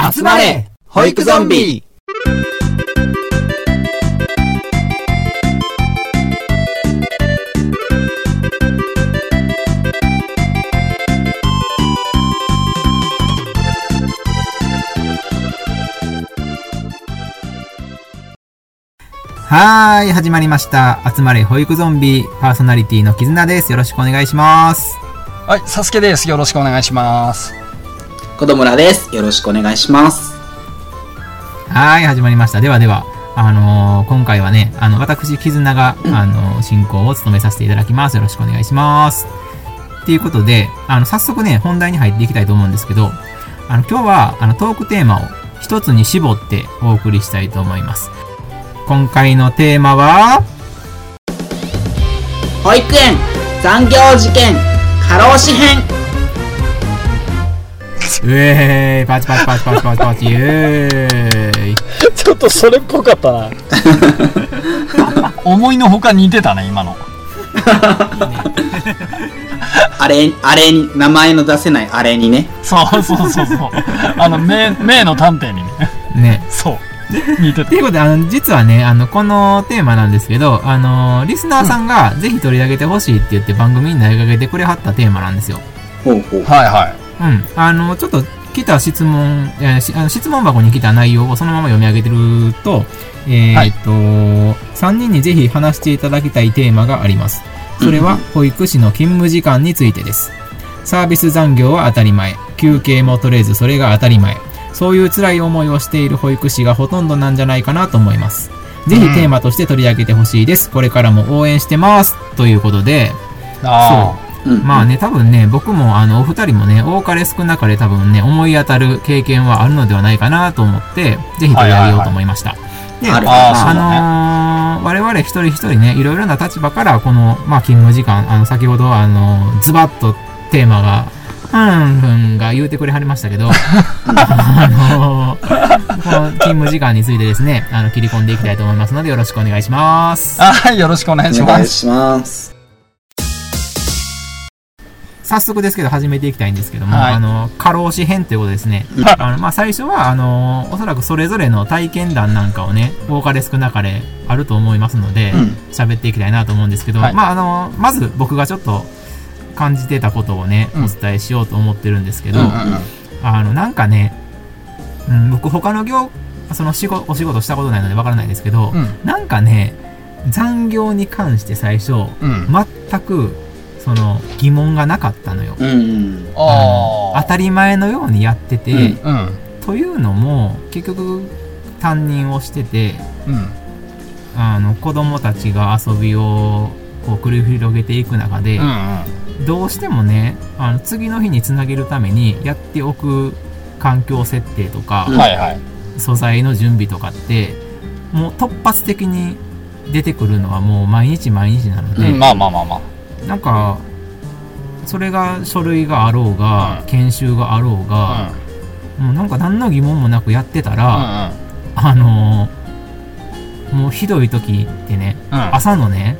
集まれ保育ゾンビ。 はーい、始まりました。集まれ保育ゾンビ、パーソナリティの絆です。よろしくお願いします。 はい、サスケです。よろしくお願いします。 子供らです。よろしくお願いします。 はーい、始まりました。では、今回はね、私、絆が、進行を務めさせていただきます。よろしくお願いします。ということで、早速ね、本題に入っていきたいと思うんですけど、今日は、トークテーマを一つに絞ってお送りしたいと思います。今回のテーマは保育園残業事件過労死編。 パチパチパチパチパチパチ、 ちょっとそれっぽかったな。思いのほか似てたね、今の。 あれに、名前の出せないあれにね。 そう。名の探偵にね。 ね。 そう。似てた。 ということで、実はね、このテーマなんですけど、リスナーさんがぜひ取り上げてほしいって言って番組に投げかけてくれはったテーマなんですよ。 ほうほう。 はいはい。 ちょっと来た質問箱に来た内容をそのまま読み上げてると、3人にぜひ話していただきたいテーマがあります。それは、保育士の勤務時間についてです。サービス残業は当たり前。休憩も取れずそれが当たり前。そういう辛い思いをしている保育士がほとんどなんじゃないかなと思います。ぜひテーマとして取り上げてほしいです。これからも応援してます。ということで、まあね、多分ね、僕もお二人もね、多かれ少なかれ多分ね、思い当たる経験はあるのではないかなと思って、ぜひ取り上げようと思いました。で、我々一人一人ね、いろいろな立場から、この、勤務時間、先ほどズバッとテーマが、が言うてくれはりましたけど、この勤務時間についてですね、切り込んでいきたいと思いますので、よろしくお願いします。 はい、よろしくお願いします。 お願いします。 早速ですけど始めていきたいんですけども、過労死編ということですね。最初は、おそらくそれぞれの体験談なんかをね、多かれ少なかれあると思いますので、喋っていきたいなと思うんですけど、まず僕がちょっと感じてたことをね、お伝えしようと思ってるんですけど、なんかね、僕他のお仕事したことないのでわからないですけど、なんかね、残業に関して最初、全く、疑問がなかったのよ。当たり前のようにやってて、というのも結局担任をしてて、子供たちが遊びをこう繰り広げていく中で、どうしてもね、次の日につなげるためにやっておく環境設定とか、素材の準備とかってもう突発的に出てくるのはもう毎日なので、なんかそれが書類があろうが、研修があろうが、もうなんか何の疑問もなくやってたら、もうひどい時ってね、朝のね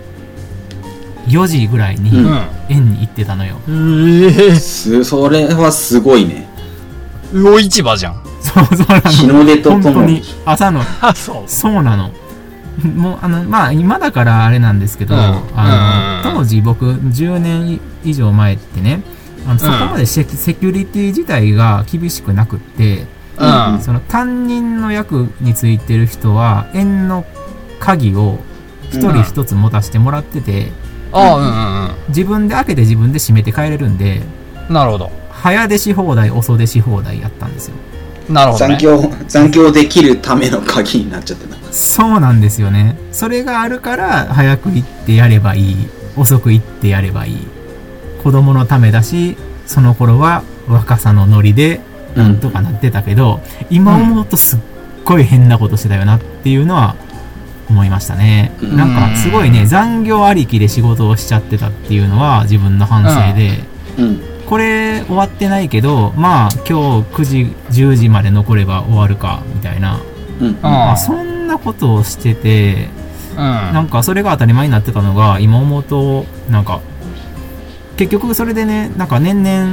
4時ぐらいに園に行ってたのよ。 それはすごいね。 魚市場じゃん。 そうなの。 日の出とともに。 本当に朝のそうなの。もう今だからあれなんですけど、当時僕10年以上前ってね、そこまでセキュリティ自体が厳しくなくって、その担任の役についてる人は園の鍵を一人一つ持たせてもらってて、自分で開けて自分で閉めて帰れるんで、 なるほど。 早出し放題遅出し放題やったんですよ。 なるほどね。 残業できるための鍵になっちゃってた。 そうなんですよね。それがあるから早く行ってやればいい、遅く行ってやればいい。子供のためだし、その頃は若さのノリでなんとかなってたけど、今思うとすっごい変なことしてたよなっていうのは思いましたね。なんかすごいね、残業ありきで仕事をしちゃってたっていうのは自分の反省で、これ終わってないけど、今日9時10時まで残れば終わるかみたいな、そんなことをしてて、なんかそれが当たり前になってたのが今思うと、なんか結局それでね、なんか年々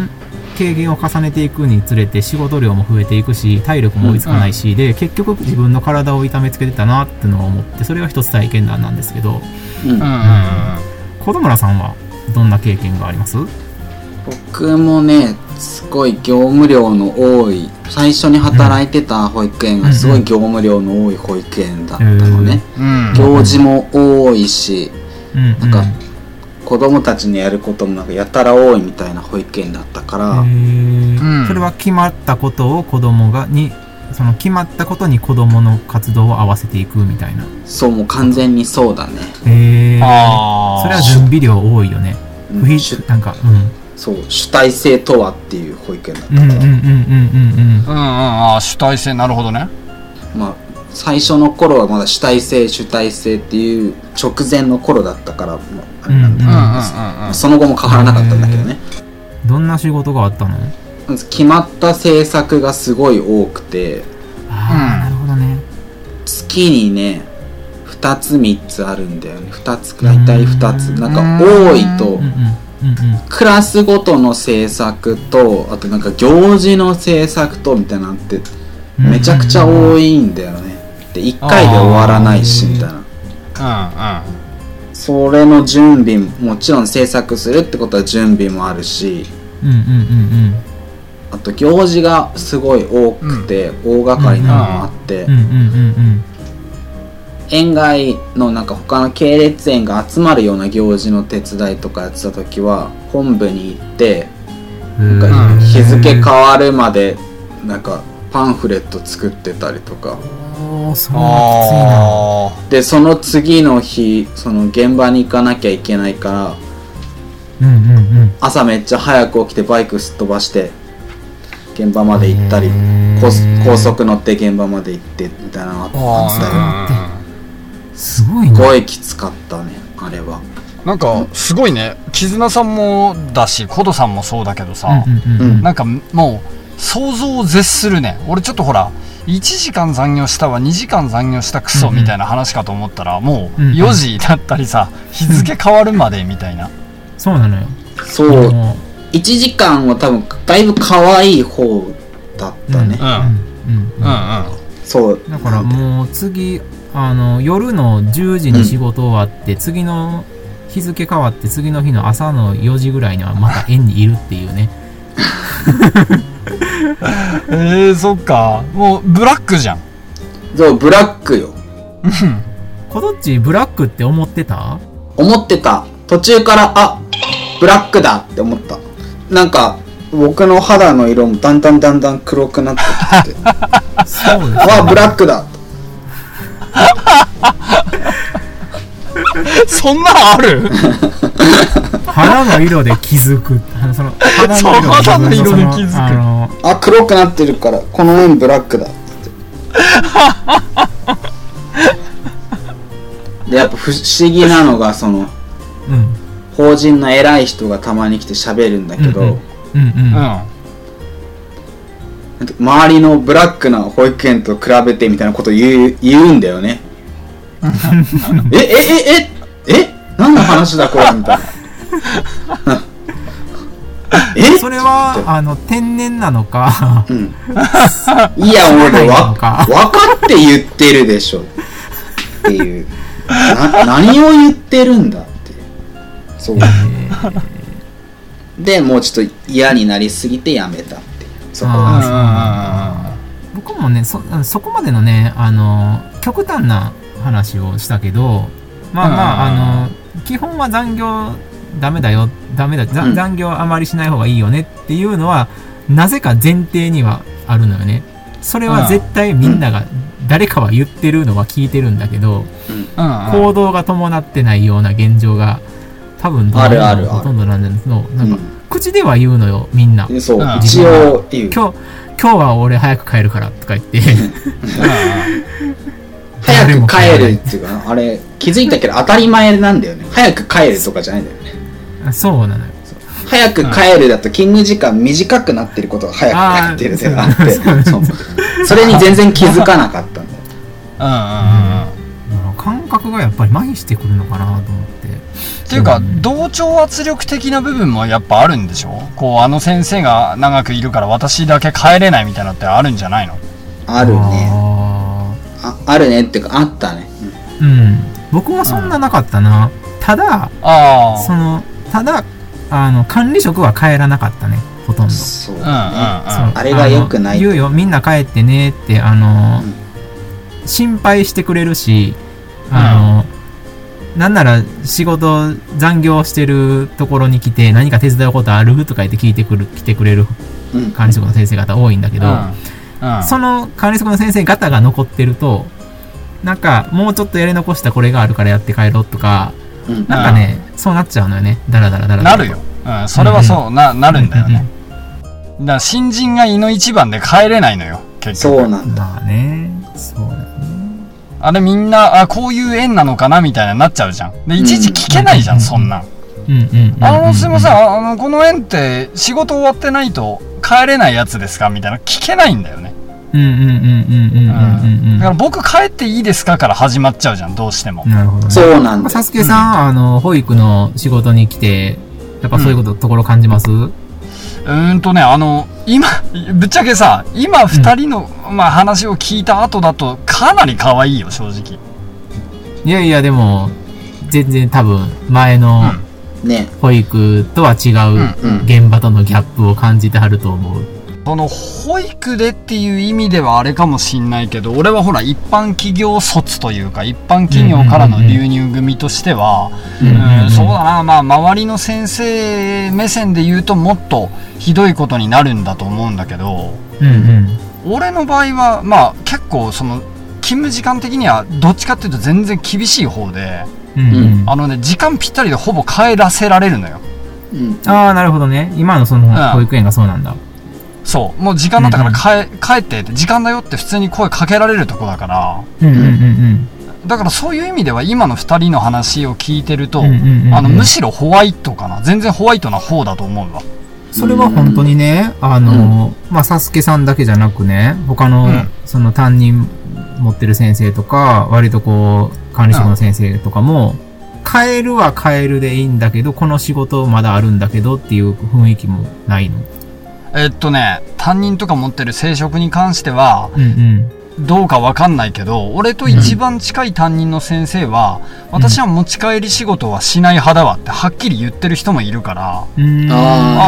軽減を重ねていくにつれて仕事量も増えていくし体力も追いつかないし、で結局自分の体を痛めつけてたなってのを思って、それが一つ体験談なんですけど、小戸村さんはどんな経験があります？ 僕もね、すごい業務量の多い、最初に働いてた保育園がすごい業務量の多い保育園だったのね。行事も多いし、なんか子供たちにやることもなんかやたら多いみたいな保育園だったから、 それは決まったことを子供がにその決まったことに子供の活動を合わせていくみたいな。 そう、もう完全にそうだね。 それは準備量多いよね。なんかそう、主体性とはっていう保育園だったから。主体性、なるほどね。 まあ最初の頃はまだ主体性っていう直前の頃だったから、あれなんだけど、その後も変わらなかったんだけどね。 どんな仕事があったの？ 決まった政策がすごい多くて、 なるほどね。 月にね2つ3つあるんだよね。2つ、大体2つ、なんか多いとクラスごとの政策と、あとなんか行事の政策とみたいなのってめちゃくちゃ多いんだよね。で1回で終わらないしみたいな。それの準備もちろん制作するってことは準備もあるし、あと行事がすごい多くて、大掛かりなのもあって、園外のなんか他の系列園が集まるような行事の手伝いとかやってた時は本部に行って、なんか日付変わるまでなんかパンフレット作ってたりとか。 そんなきついな。 でその次の日その現場に行かなきゃいけないから、朝めっちゃ早く起きてバイクすっ飛ばして現場まで行ったり、高速乗って現場まで行ってみたいなのがあったり、 すごいね。 すごいきつかったね、あれは。 なんかすごいね。絆さんもだしコドさんもそうだけどさ、なんかもう想像を絶するね。俺ちょっとほら1時間残業したわ2時間残業したクソみたいな話かと思ったら、もう4時だったりさ、日付変わるまでみたいな。 そうなのよ。 そう、1時間は多分だいぶ可愛い方だったね。そうだからもう次夜の10時に仕事終わって、次の日付変わって次の日の朝の4時ぐらいにはまた園にいるっていうね。 そっか。もうブラックじゃん。 そう、ブラックよ。 こどっちブラックって思ってた？ 思ってた。途中からブラックだって思った。なんか僕の肌の色もだんだん黒くなってきてそうですね。ブラックだそんなある？ 肌の色で気づく。その肌の色で気づく。 黒くなってるからこの円ブラックだってでやっぱ不思議なのがその、法人の偉い人がたまに来て喋るんだけど、周りのブラックな保育園と比べてみたいなことを言うんだよね。何の話だこれみたいな。 それは天然なのか、 いや俺分かって言ってるでしょっていう、何を言ってるんだって。そうでもうちょっと嫌になりすぎてやめたっていう。そこは僕もねそこまでのね極端な話をしたけど、基本は残業ダメだ、残業あまりしない方がいいよねっていうのはなぜか前提にはあるのよね。それは絶対みんなが誰かは言ってるのは聞いてるんだけど、行動が伴ってないような現状が多分ほとんどなんですけど、なんか口では言うのよみんな。 そう一応言う。 今日は俺早く帰るからとか言って早く帰るっていうか、あれ気づいたけど当たり前なんだよね。早く帰るとかじゃないんだよね。 そうなのよ。 早く帰るだと勤務時間短くなってることが早く帰ってるであって、それに全然気づかなかったんだよ。 感覚がやっぱり麻痺してくるのかなと思って。 っていうか、同調圧力的な部分もやっぱあるんでしょ。こう先生が長くいるから私だけ帰れないみたいなのってあるんじゃないの？ あるね。あるねっていうかあったね。 うん。僕はそんななかったな。ただ管理職は帰らなかったね、ほとんど。 そうだね。あれが良くない。 言うよ、みんな帰ってねって心配してくれるし、なんなら仕事残業してるところに来て何か手伝うことあるとか言って来てくれる管理職の先生方多いんだけど、その管理職の先生方が残ってると、なんかもうちょっとやり残したこれがあるからやって帰ろうとか、なんかね、そうなっちゃうのよね。だらだらなるよ。それはそうなるんだよね。だから新人がいの一番で帰れないのよ、結局。 そうなんだ。 まあね、そうだね。 あれみんなこういう縁なのかなみたいななっちゃうじゃん。でいちいち聞けないじゃん、そんなん。すいません、この縁って仕事終わってないと帰れないやつですかみたいな聞けないんだよね。だから僕帰っていいですかから始まっちゃうじゃん、どうしても。 なるほど、ね。 そうなんだ。 サスケさん、保育の仕事に来てやっぱそういうところ感じます？ 今ぶっちゃけさ、今2人の、話を聞いた後だとかなり可愛いよ、正直。 いやいや、でも全然多分前の保育とは違う現場とのギャップを感じてはると思う。 その保育でっていう意味ではあれかもしんないけど、俺はほら一般企業卒というか一般企業からの流入組としては、そうだな、周りの先生目線で言うともっとひどいことになるんだと思うんだけど、俺の場合は結構その勤務時間的にはどっちかっていうと全然厳しい方で、時間ぴったりでほぼ帰らせられるのよ。 ああ、なるほどね。今のその保育園がそうなんだ。 そう、もう時間だったから帰ってって時間だよって普通に声かけられるとこだから、だからそういう意味では今の2人の話を聞いてると、むしろホワイトかな、全然ホワイトな方だと思うわ。 それは本当にね、サスケさんだけじゃなくね、他のその担任持ってる先生とか、割とこう管理職の先生とかも、帰るは帰るでいいんだけど、この仕事まだあるんだけどっていう雰囲気もないの？ 担任とか持ってる正職に関しては、どうかわかんないけど、俺と一番近い担任の先生は、私は持ち帰り仕事はしない派だわってはっきり言ってる人もいるから、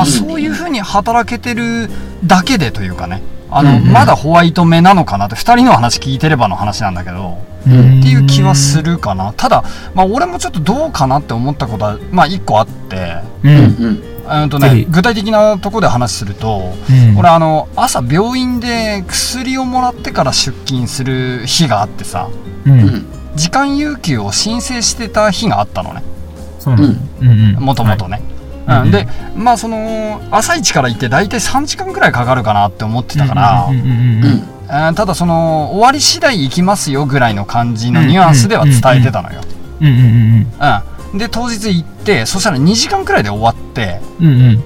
そういう風に働けてるだけでというかね、まだホワイト目なのかなって、二人の話聞いてればの話なんだけど、っていう気はするかな。ただ、俺もちょっとどうかなって思ったことは、一個あって、具体的なところで話すると、俺朝病院で薬をもらってから出勤する日があってさ、時間有給を申請してた日があったのね、もともとね。でその朝一から行って大体3時間くらいかかるかなって思ってたから、ただその終わり次第行きますよぐらいの感じのニュアンスでは伝えてたのよ。で当日行って、そしたら2時間くらいで終わって、で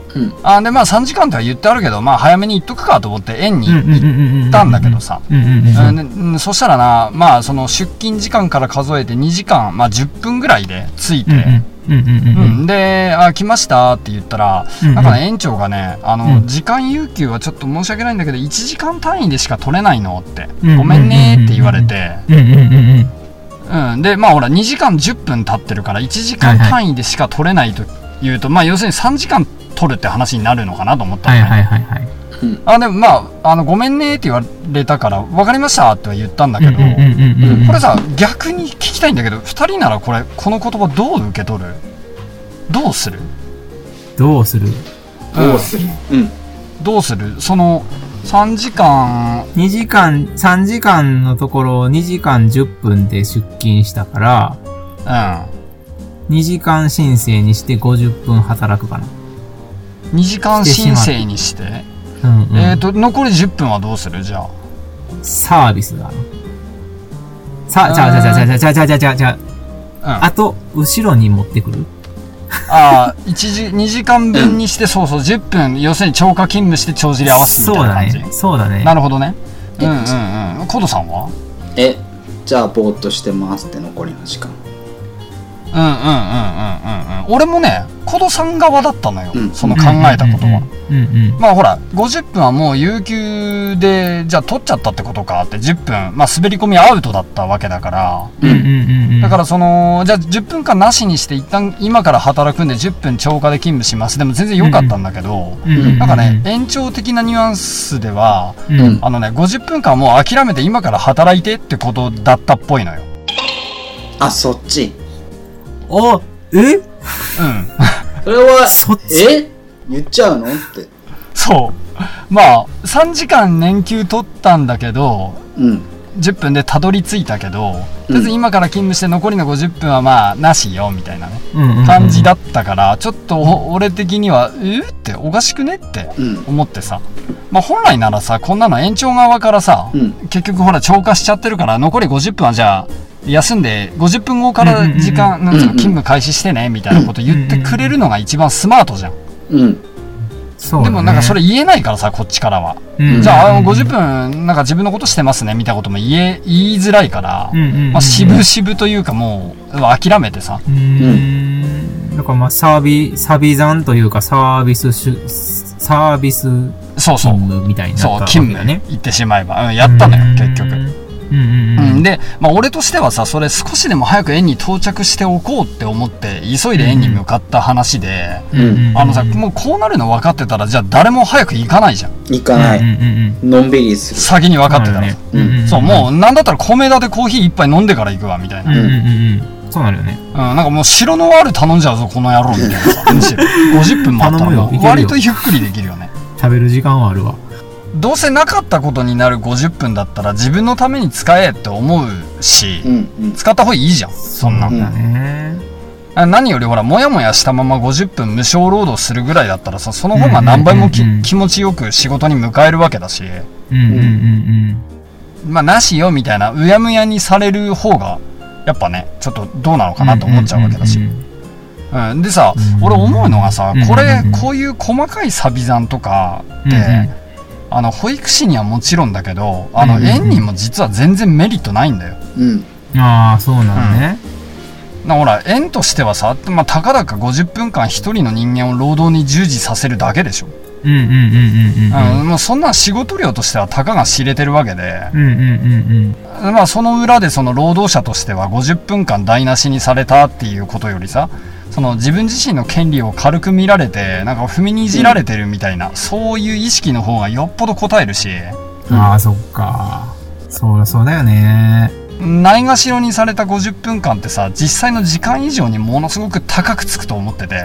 3時間とは言ってあるけど、早めに行っとくかと思って園に行ったんだけどさ、そしたらな、その出勤時間から数えて2時間、10分ぐらいで着いて、で来ましたって言ったら、なんか園長がね、時間有給はちょっと申し訳ないんだけど1時間単位でしか取れないのって、ごめんねって言われて、でほら2時間10分経ってるから1時間単位でしか取れないというと、要するに3時間取るって話になるのかなと思ったのね。でもごめんねって言われたから分かりましたっては言ったんだけど、これさ逆に聞きたいんだけど、2人ならこの言葉どう受け取る？どうするその3時間 3時間のところ2時間10分で出勤したから、2時間申請にして50分働くかな。 2時間申請にして、残り10分はどうする？じゃあサービスだ。じゃあ、あと後ろに持ってくる。 2時間分にして、そうそう10分、要するに超過勤務して帳尻合わせみたいな感じ。 そうだね。 なるほどね。コドさんは？ じゃあぼーっとしてますって、残りの時間。 俺もね、コドさん側だったのよ、その考えたことは。まあほら、50分はもう有給で、じゃあ取っちゃったってことかって、10分、まあ滑り込みアウトだったわけだから、だからじゃあ10分間なしにして一旦今から働くんで10分超過で勤務します。でも全然良かったんだけど、なんかね、延長的なニュアンスでは、50分間はもう諦めて今から働いてってことだったっぽいのよ。 あ、そっち。 あ、 それは、言っちゃうのって。 そう。まあ、3時間年休取ったんだけど、10分でたどり着いたけど、とりあえず今から勤務して残りの50分はまあ、なしよ、みたいなね、感じだったから、ちょっと俺的には、っておかしくねって思ってさ。まあ本来ならさ、こんなの延長側からさ、結局ほら超過しちゃってるから、残り50分はじゃあ、休んで50分後から時間、勤務開始してねみたいなこと言ってくれるのが一番スマートじゃん。 そうね、 でもなんかそれ言えないからさ、こっちからは。じゃあ50分なんか自分のことしてますねみたいなことも言いづらいから、まあ渋々というかもう諦めてさ。 だからまあサビ残というかサービス勤務みたいな、 そう勤務ね言ってしまえば、やったのよ結局。で、まあ俺としてはさ、それ少しでも早く園に到着しておこうって思って急いで園に向かった話で、さ、もうこうなるの分かってたら、じゃあ誰も早く行かないじゃん。 行かない。のんびりする。 先に分かってたら。そう、もうなんだったら米田でコーヒー一杯飲んでから行くわみたいな。 そうなるよね。 なんかもう白のワール頼んじゃうぞこの野郎みたいなさ。むしろ50分もあったら割とゆっくりできるよね。 食べる時間はあるわ。 どうせなかったことになる50分だったら自分のために使えって思うし、使った方がいいじゃん、そんな。何よりほら、もやもやしたまま50分無償労働するぐらいだったらさ、その方が何倍も気持ちよく仕事に迎えるわけだし、まあ、なしよみたいな、うやむやにされる方が、やっぱね、ちょっとどうなのかなと思っちゃうわけだし。でさ、俺思うのがさ、こういう細かいサビ残とかって、保育士にはもちろんだけど、園にも実は全然メリットないんだよ。 ああ、そうなんね。 ほら、園としてはさ、まあ、たかだか50分間一人の人間を労働に従事させるだけでしょ。もうそんな仕事量としてはたかが知れてるわけで、まあその裏でその労働者としては50分間台無しにされたっていうことよりさ、その自分自身の権利を軽く見られてなんか踏みにじられてるみたいな、そういう意識の方がよっぽど応えるし。 ああ、そっか。そうだよね。 ないがしろにされた50分間ってさ、実際の時間以上にものすごく高くつくと思ってて、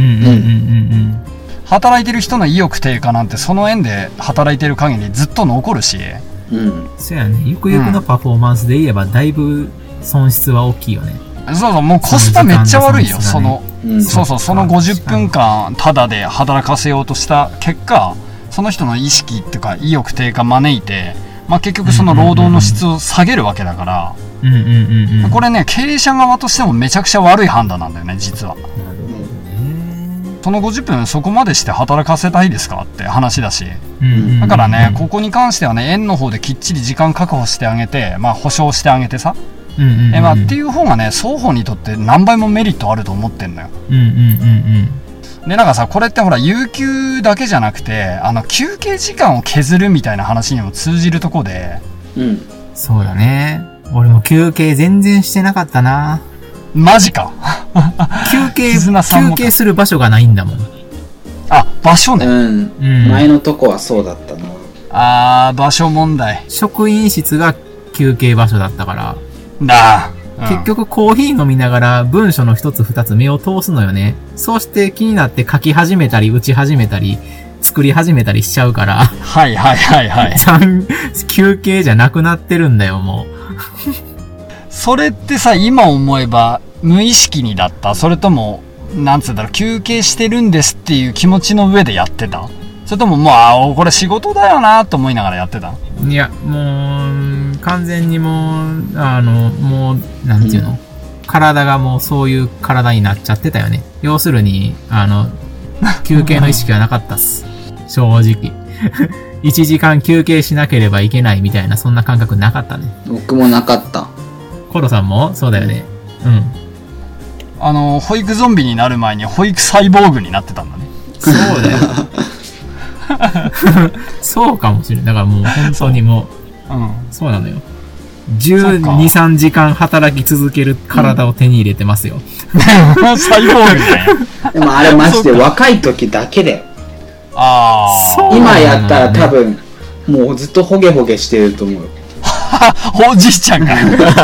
働いてる人の意欲低下なんてその園で働いてる限りずっと残るし。 そうやね。ゆくゆくのパフォーマンスで言えばだいぶ損失は大きいよね。 そう、もうコスパめっちゃ悪いよ。その50分間タダで働かせようとした結果、その人の意識っていうか意欲低下招いて、まあ結局その労働の質を下げるわけだから、これね、経営者側としてもめちゃくちゃ悪い判断なんだよね、実は。その50分そこまでして働かせたいですかって話だし、だからね、ここに関してはね、園の方できっちり時間確保してあげて、まあ保証してあげてさ、まあっていう方がね、双方にとって何倍もメリットあると思ってんのよ。で、なんかさ、これってほら、有給だけじゃなくて、休憩時間を削るみたいな話にも通じるとこで。 そうだね。俺も休憩全然してなかったな。 マジか。 休憩する場所がないんだもん。 あ、場所ね。 前のとこはそうだったな。 場所問題。 職員室が休憩場所だったから。結局コーヒー飲みながら文章の一つ二つ目を通すのよね。そうして気になって書き始めたり打ち始めたり作り始めたりしちゃうから。休憩じゃなくなってるんだよ、もう。 それってさ、今思えば無意識にだった？それとも、なんつうんだろう、休憩してるんですっていう気持ちの上でやってた？それとももう、これ仕事だよなと思いながらやってた？ いや、もう、完全にもう、もう、なんていうの、体がもうそういう体になっちゃってたよね。要するに、休憩の意識はなかったっす。正直。1時間休憩しなければいけないみたいな、そんな感覚なかったね。 僕もなかった。 コロさんもそうだよね。 保育ゾンビになる前に保育サイボーグになってたんだね。 そうだよ。そうかもしれない。だからもう本当にもう、そうなのよ。12、3時間働き続ける体を手に入れてますよ。 サイボーグね。 でもあれマジで若い時だけだよ。 そう今やったら多分もうずっとホゲホゲしてると思う。 おじいちゃんが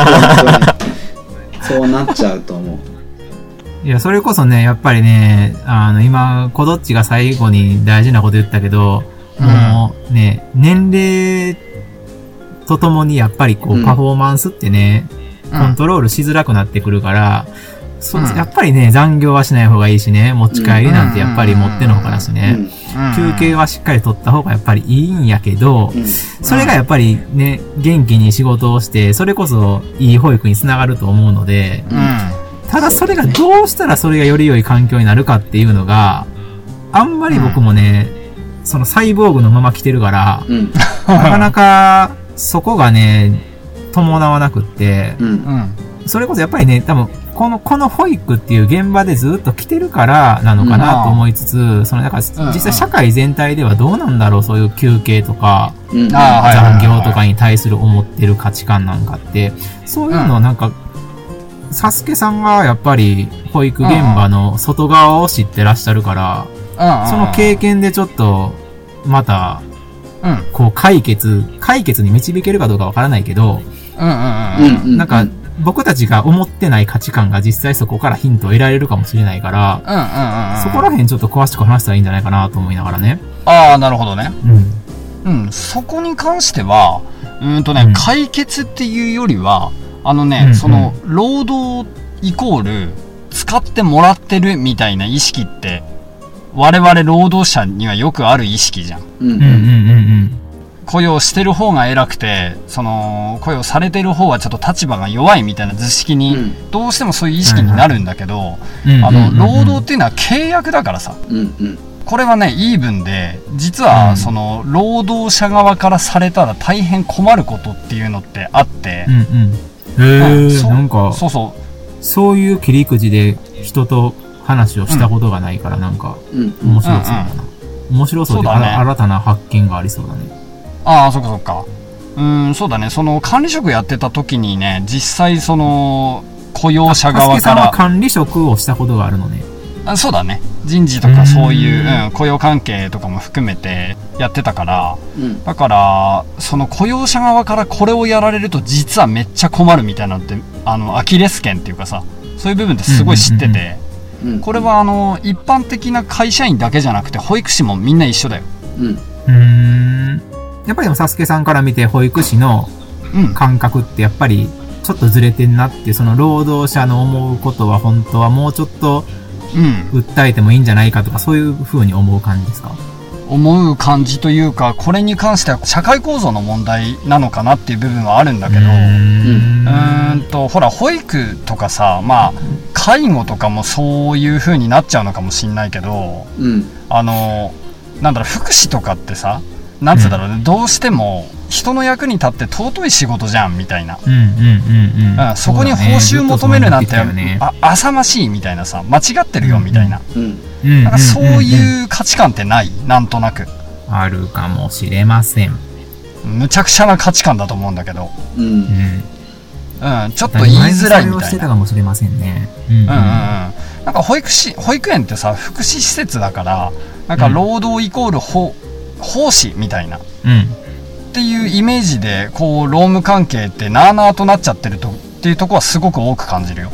そうなっちゃうと思う。 いや、それこそね、やっぱりね、今、コドッチが最後に大事なこと言ったけど、もうね、年齢とともにやっぱりこう、パフォーマンスってね、コントロールしづらくなってくるから、やっぱりね、残業はしない方がいいしね、持ち帰りなんてやっぱり持ってのほかだしね、休憩はしっかり取った方がやっぱりいいんやけど、それがやっぱりね、元気に仕事をして、それこそいい保育につながると思うので、ただそれがどうしたらそれがより良い環境になるかっていうのが、あんまり僕もね、そのサイボーグのまま来てるから、なかなかそこがね、伴わなくって、それこそやっぱりね、多分、この保育っていう現場でずっと来てるからなのかなと思いつつ、だから実際社会全体ではどうなんだろう、そういう休憩とか、残業とかに対する思ってる価値観なんかって、そういうのをなんか、サスケさんがやっぱり保育現場の外側を知ってらっしゃるから、その経験でちょっと、また、こう解決に導けるかどうかわからないけど、なんか、僕たちが思ってない価値観が実際そこからヒントを得られるかもしれないから、そこら辺ちょっと詳しく話したらいいんじゃないかなと思いながらね。 なるほどね。そこに関しては、解決っていうよりは、その、労働イコール、使ってもらってるみたいな意識って、我々労働者にはよくある意識じゃん。雇用してる方が偉くて、その、雇用されてる方はちょっと立場が弱いみたいな図式に、どうしてもそういう意識になるんだけど、労働っていうのは契約だからさ。これはね、イーブンで、実は、その、労働者側からされたら大変困ることっていうのってあって、 なんか、そういう切り口で人と話をしたことがないから、なんか、面白そうだな。面白そうで、新たな発見がありそうだね。 そっかそっか。そうだね。その管理職やってた時にね、実際その雇用者側から。サスケさんは管理職をしたことがあるのね。 そうだね。人事とかそういう、雇用関係とかも含めてやってたから、だからその雇用者側からこれをやられると実はめっちゃ困るみたいなのってアキレス腱っていうかさ、そういう部分ってすごい知ってて、これは一般的な会社員だけじゃなくて保育士もみんな一緒だよ。 やっぱりサスケさんから見て保育士の感覚ってやっぱりちょっとずれてんなって、その労働者の思うことは本当はもうちょっと訴えてもいいんじゃないかとか、そういう風に思う感じですか？ 思う感じというか、これに関しては社会構造の問題なのかなっていう部分はあるんだけど、ほら保育とかさ、介護とかもそういう風になっちゃうのかもしんないけど、なんだろう、福祉とかってさ、なんつうんだろうね、どうしても人の役に立って尊い仕事じゃんみたいな、そこに報酬求めるなんて、浅ましいみたいなさ、間違ってるよみたいな、なんかそういう価値観ってない？なんとなくあるかもしれません。 むちゃくちゃな価値観だと思うんだけど、ちょっと言いづらいみたいな。 してたかもしれませんね。 なんか保育園ってさ、福祉施設だから、なんか労働イコール奉仕みたいな、っていうイメージでこう労務関係ってなあなあとなっちゃってるっていうところはすごく多く感じるよ。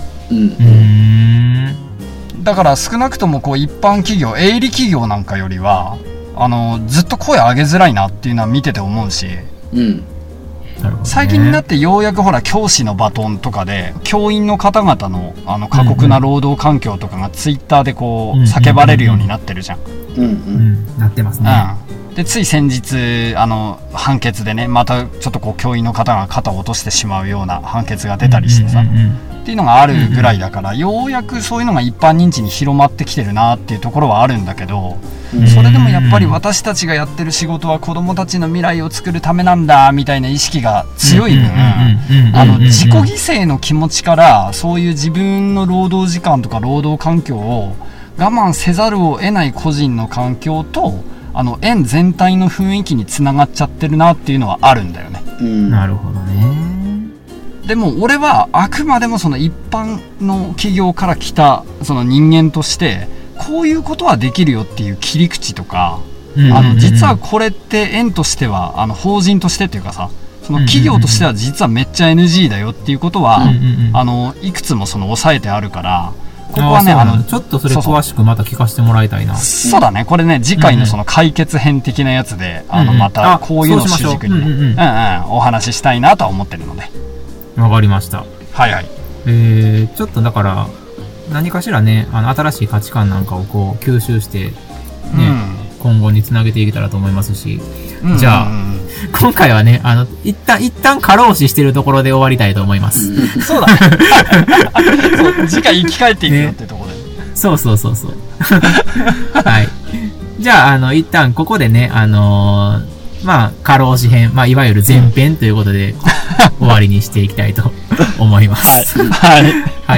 だから少なくともこう一般企業、営利企業なんかよりはずっと声上げづらいなっていうのは見てて思うし、最近になってようやくほら教師のバトンとかで教員の方々の過酷な労働環境とかがツイッターでこう叫ばれるようになってるじゃん。 なってますね。 でつい先日判決でねまたちょっとこう教員の方が肩を落としてしまうような判決が出たりしてさ、っていうのがあるぐらいだから、ようやくそういうのが一般認知に広まってきてるなっていうところはあるんだけど、それでもやっぱり私たちがやってる仕事は子どもたちの未来を作るためなんだみたいな意識が強い分、自己犠牲の気持ちからそういう自分の労働時間とか労働環境を我慢せざるを得ない個人の環境と園全体の雰囲気につながっちゃってるなっていうのはあるんだよね。 なるほどね。 でも俺はあくまでもその一般の企業から来たその人間としてこういうことはできるよっていう切り口とか、実はこれって園としては法人としてっていうかさ、その企業としては実はめっちゃ NG だよっていうことは、いくつもその抑えてあるから、ここはねちょっとそれ詳しくまた聞かせてもらいたいな。 そうだね、これね次回のその解決編的なやつで、またこういうのを主軸にねお話ししたいなとは思ってるので。 わかりました。 はいはい。 ちょっとだから何かしらね新しい価値観なんかをこう吸収してね、今後につなげていけたらと思いますし、じゃあ今回はね一旦過労死してるところで終わりたいと思います。 そうだね。そう次回生き返っていくよってところで、 そう。はい。じゃあ一旦ここでね過労死編、いわゆる前編ということで終わりにしていきたいと思います。 はい。 はい。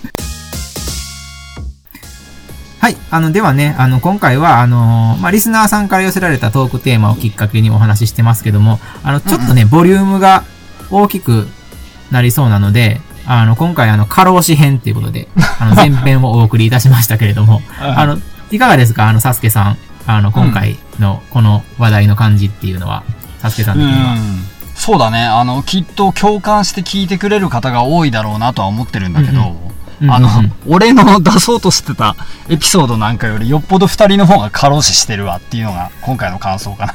はい。ではね、今回は、リスナーさんから寄せられたトークテーマをきっかけにお話ししてますけども、ちょっとね、ボリュームが大きくなりそうなので、今回、過労死編ということで、前編をお送りいたしましたけれども、いかがですかサスケさん。今回のこの話題の感じっていうのは、サスケさん的には。 そうだね。きっと共感して聞いてくれる方が多いだろうなとは思ってるんだけど、俺の出そうとしてたエピソードなんかよりよっぽど二人の方が過労死してるわっていうのが今回の感想かな。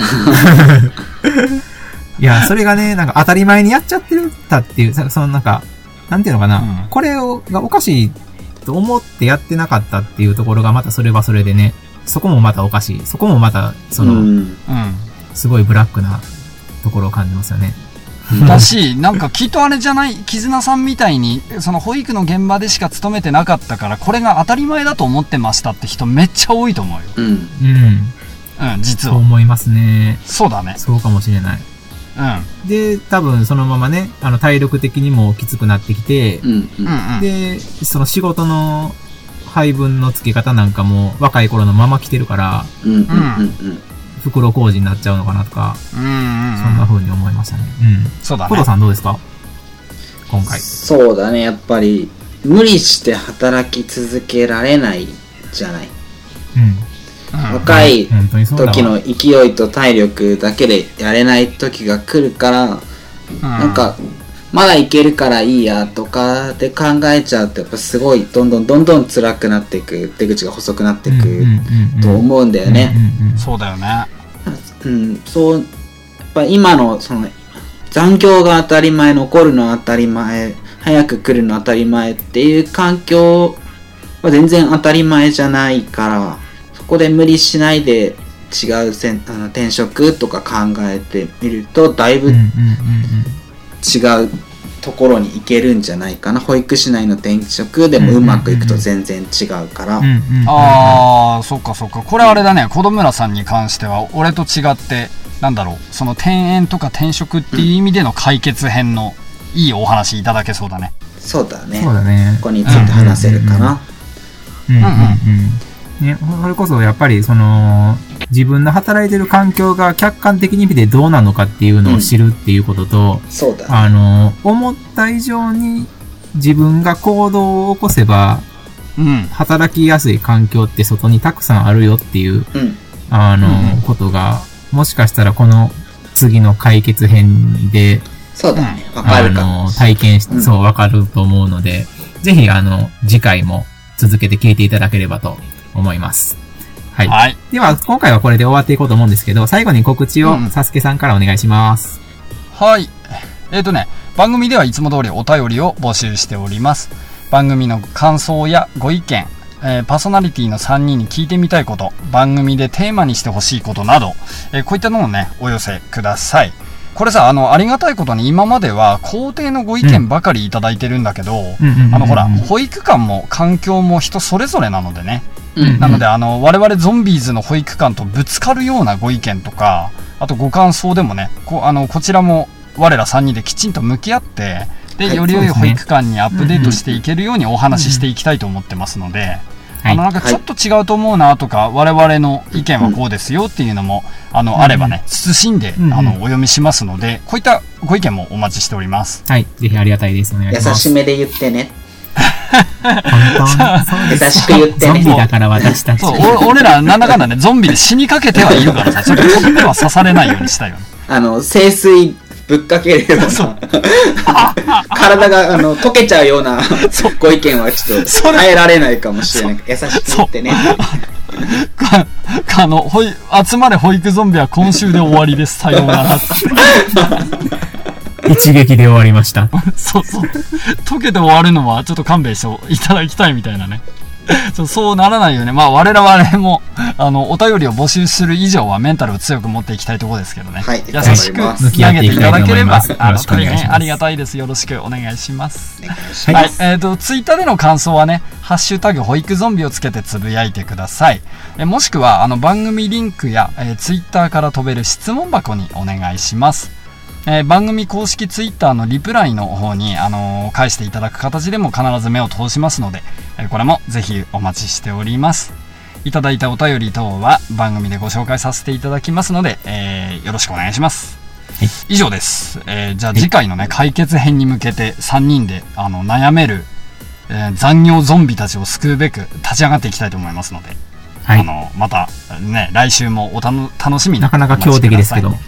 いや、それがね、なんか当たり前にやっちゃってるたっていう、そのなんか、なんていうのかな、これがおかしいと思ってやってなかったっていうところがまたそれはそれでね、そこもまたおかしい。そこもまた、すごいブラックなところを感じますよね。 だし、なんかきっとあれじゃない、絆さんみたいに、その保育の現場でしか勤めてなかったから、これが当たり前だと思ってましたって人めっちゃ多いと思うよ。実は。 そう思いますね。 そうだね。 そうかもしれない。で、多分そのままね、体力的にもきつくなってきて、で、その仕事の配分の付け方なんかも若い頃のまま来てるから、袋小路になっちゃうのかなとか、そんな風に思いましたね。 そうだね。 コトさんどうですか今回。 そうだね、やっぱり無理して働き続けられないじゃない。若い時の勢いと体力だけでやれない時が来るから、なんかまだいけるからいいやとかで考えちゃうと、やっぱすごいどんどん辛くなっていく、出口が細くなっていくと思うんだよね。 そうだよね。 そうやっぱ今のその残業が当たり前、残るの当たり前、早く来るの当たり前っていう環境は全然当たり前じゃないから、そこで無理しないで違う転職とか考えてみるとだいぶ違うところに行けるんじゃないかな。保育士内の転職でもうまくいくと全然違うから。 ああ、そっかそっか。これあれだね、子供村さんに関しては俺と違ってなんだろう、その転園とか転職っていう意味での解決編のいいお話いただけそうだね。 そうだね。 ここについて話せるかな。 ね、それこそやっぱりその自分の働いてる環境が客観的に見てどうなのかっていうのを知るっていうことと、 そうだね、 思った以上に自分が行動を起こせば、働きやすい環境って外にたくさんあるよっていう、ことがもしかしたらこの次の解決編でそうだね、わかるかも体験して、そうわかると思うので、ぜひ次回も続けて聞いていただければと思います。はい。はい、では、今回はこれで終わっていこうと思うんですけど、最後に告知をサスケさんからお願いします。 はい。番組ではいつも通りお便りを募集しております。番組の感想やご意見、 パーソナリティの3人に聞いてみたいこと、番組でテーマにしてほしいことなど、こういったのをねお寄せください。これさ、ありがたいことに今までは肯定のご意見ばかりいただいてるんだけど、ほら保育館も環境も人それぞれなのでね、なので我々ゾンビーズの保育館とぶつかるようなご意見とか、あとご感想でもね、こちらも我ら3人できちんと向き合って、でより良い保育館にアップデートしていけるようにお話ししていきたいと思ってますので、なんかちょっと違うと思うなとか、我々の意見はこうですよっていうのもあればね、慎んでお読みしますので、こういったご意見もお待ちしております。 はい、ぜひありがたいです。お願いします。 優しめで言ってね。 優しく言ってね。ゾンビだから私たち。 俺らなんだかんだね、ゾンビで死にかけてはいるからさ、ちょっとここでは刺されないようにしたいよね。 清水ぶっかけるような体が溶けちゃうようなご意見はちょっと耐えられないかもしれない。優しく言ってね。 集まれ保育ゾンビは今週で終わりです。さようなら。 一撃で終わりました。 そう溶けて終わるのはちょっと勘弁していただきたいみたいなね。そうならないよね。まあ我々もお便りを募集する以上はメンタルを強く持っていきたいところですけどね、 はい、 優しく向き上げていただければ大変ありがたいです。よろしくお願いします。はい、ツイッターでの感想はね、ハッシュタグ保育ゾンビをつけてつぶやいてください。もしくは番組リンクやツイッターから飛べる質問箱にお願いします。番組公式ツイッターのリプライの方に、返していただく形でも必ず目を通しますので、これもぜひお待ちしております。いただいたお便り等は番組でご紹介させていただきますので、よろしくお願いします。以上です。じゃあ次回のね、解決編に向けて3人で悩める、残業ゾンビたちを救うべく立ち上がっていきたいと思いますので、はい、またね、来週も楽しみになかなか強敵ですけど、はい、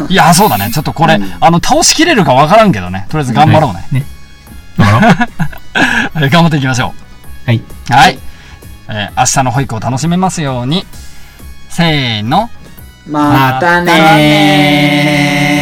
いやそうだね、ちょっとこれ、倒しきれるかわからんけどね、とりあえず頑張ろうね、頑張っていきましょう。はい、 はい、明日の保育を楽しめますように。せーの、 またねー。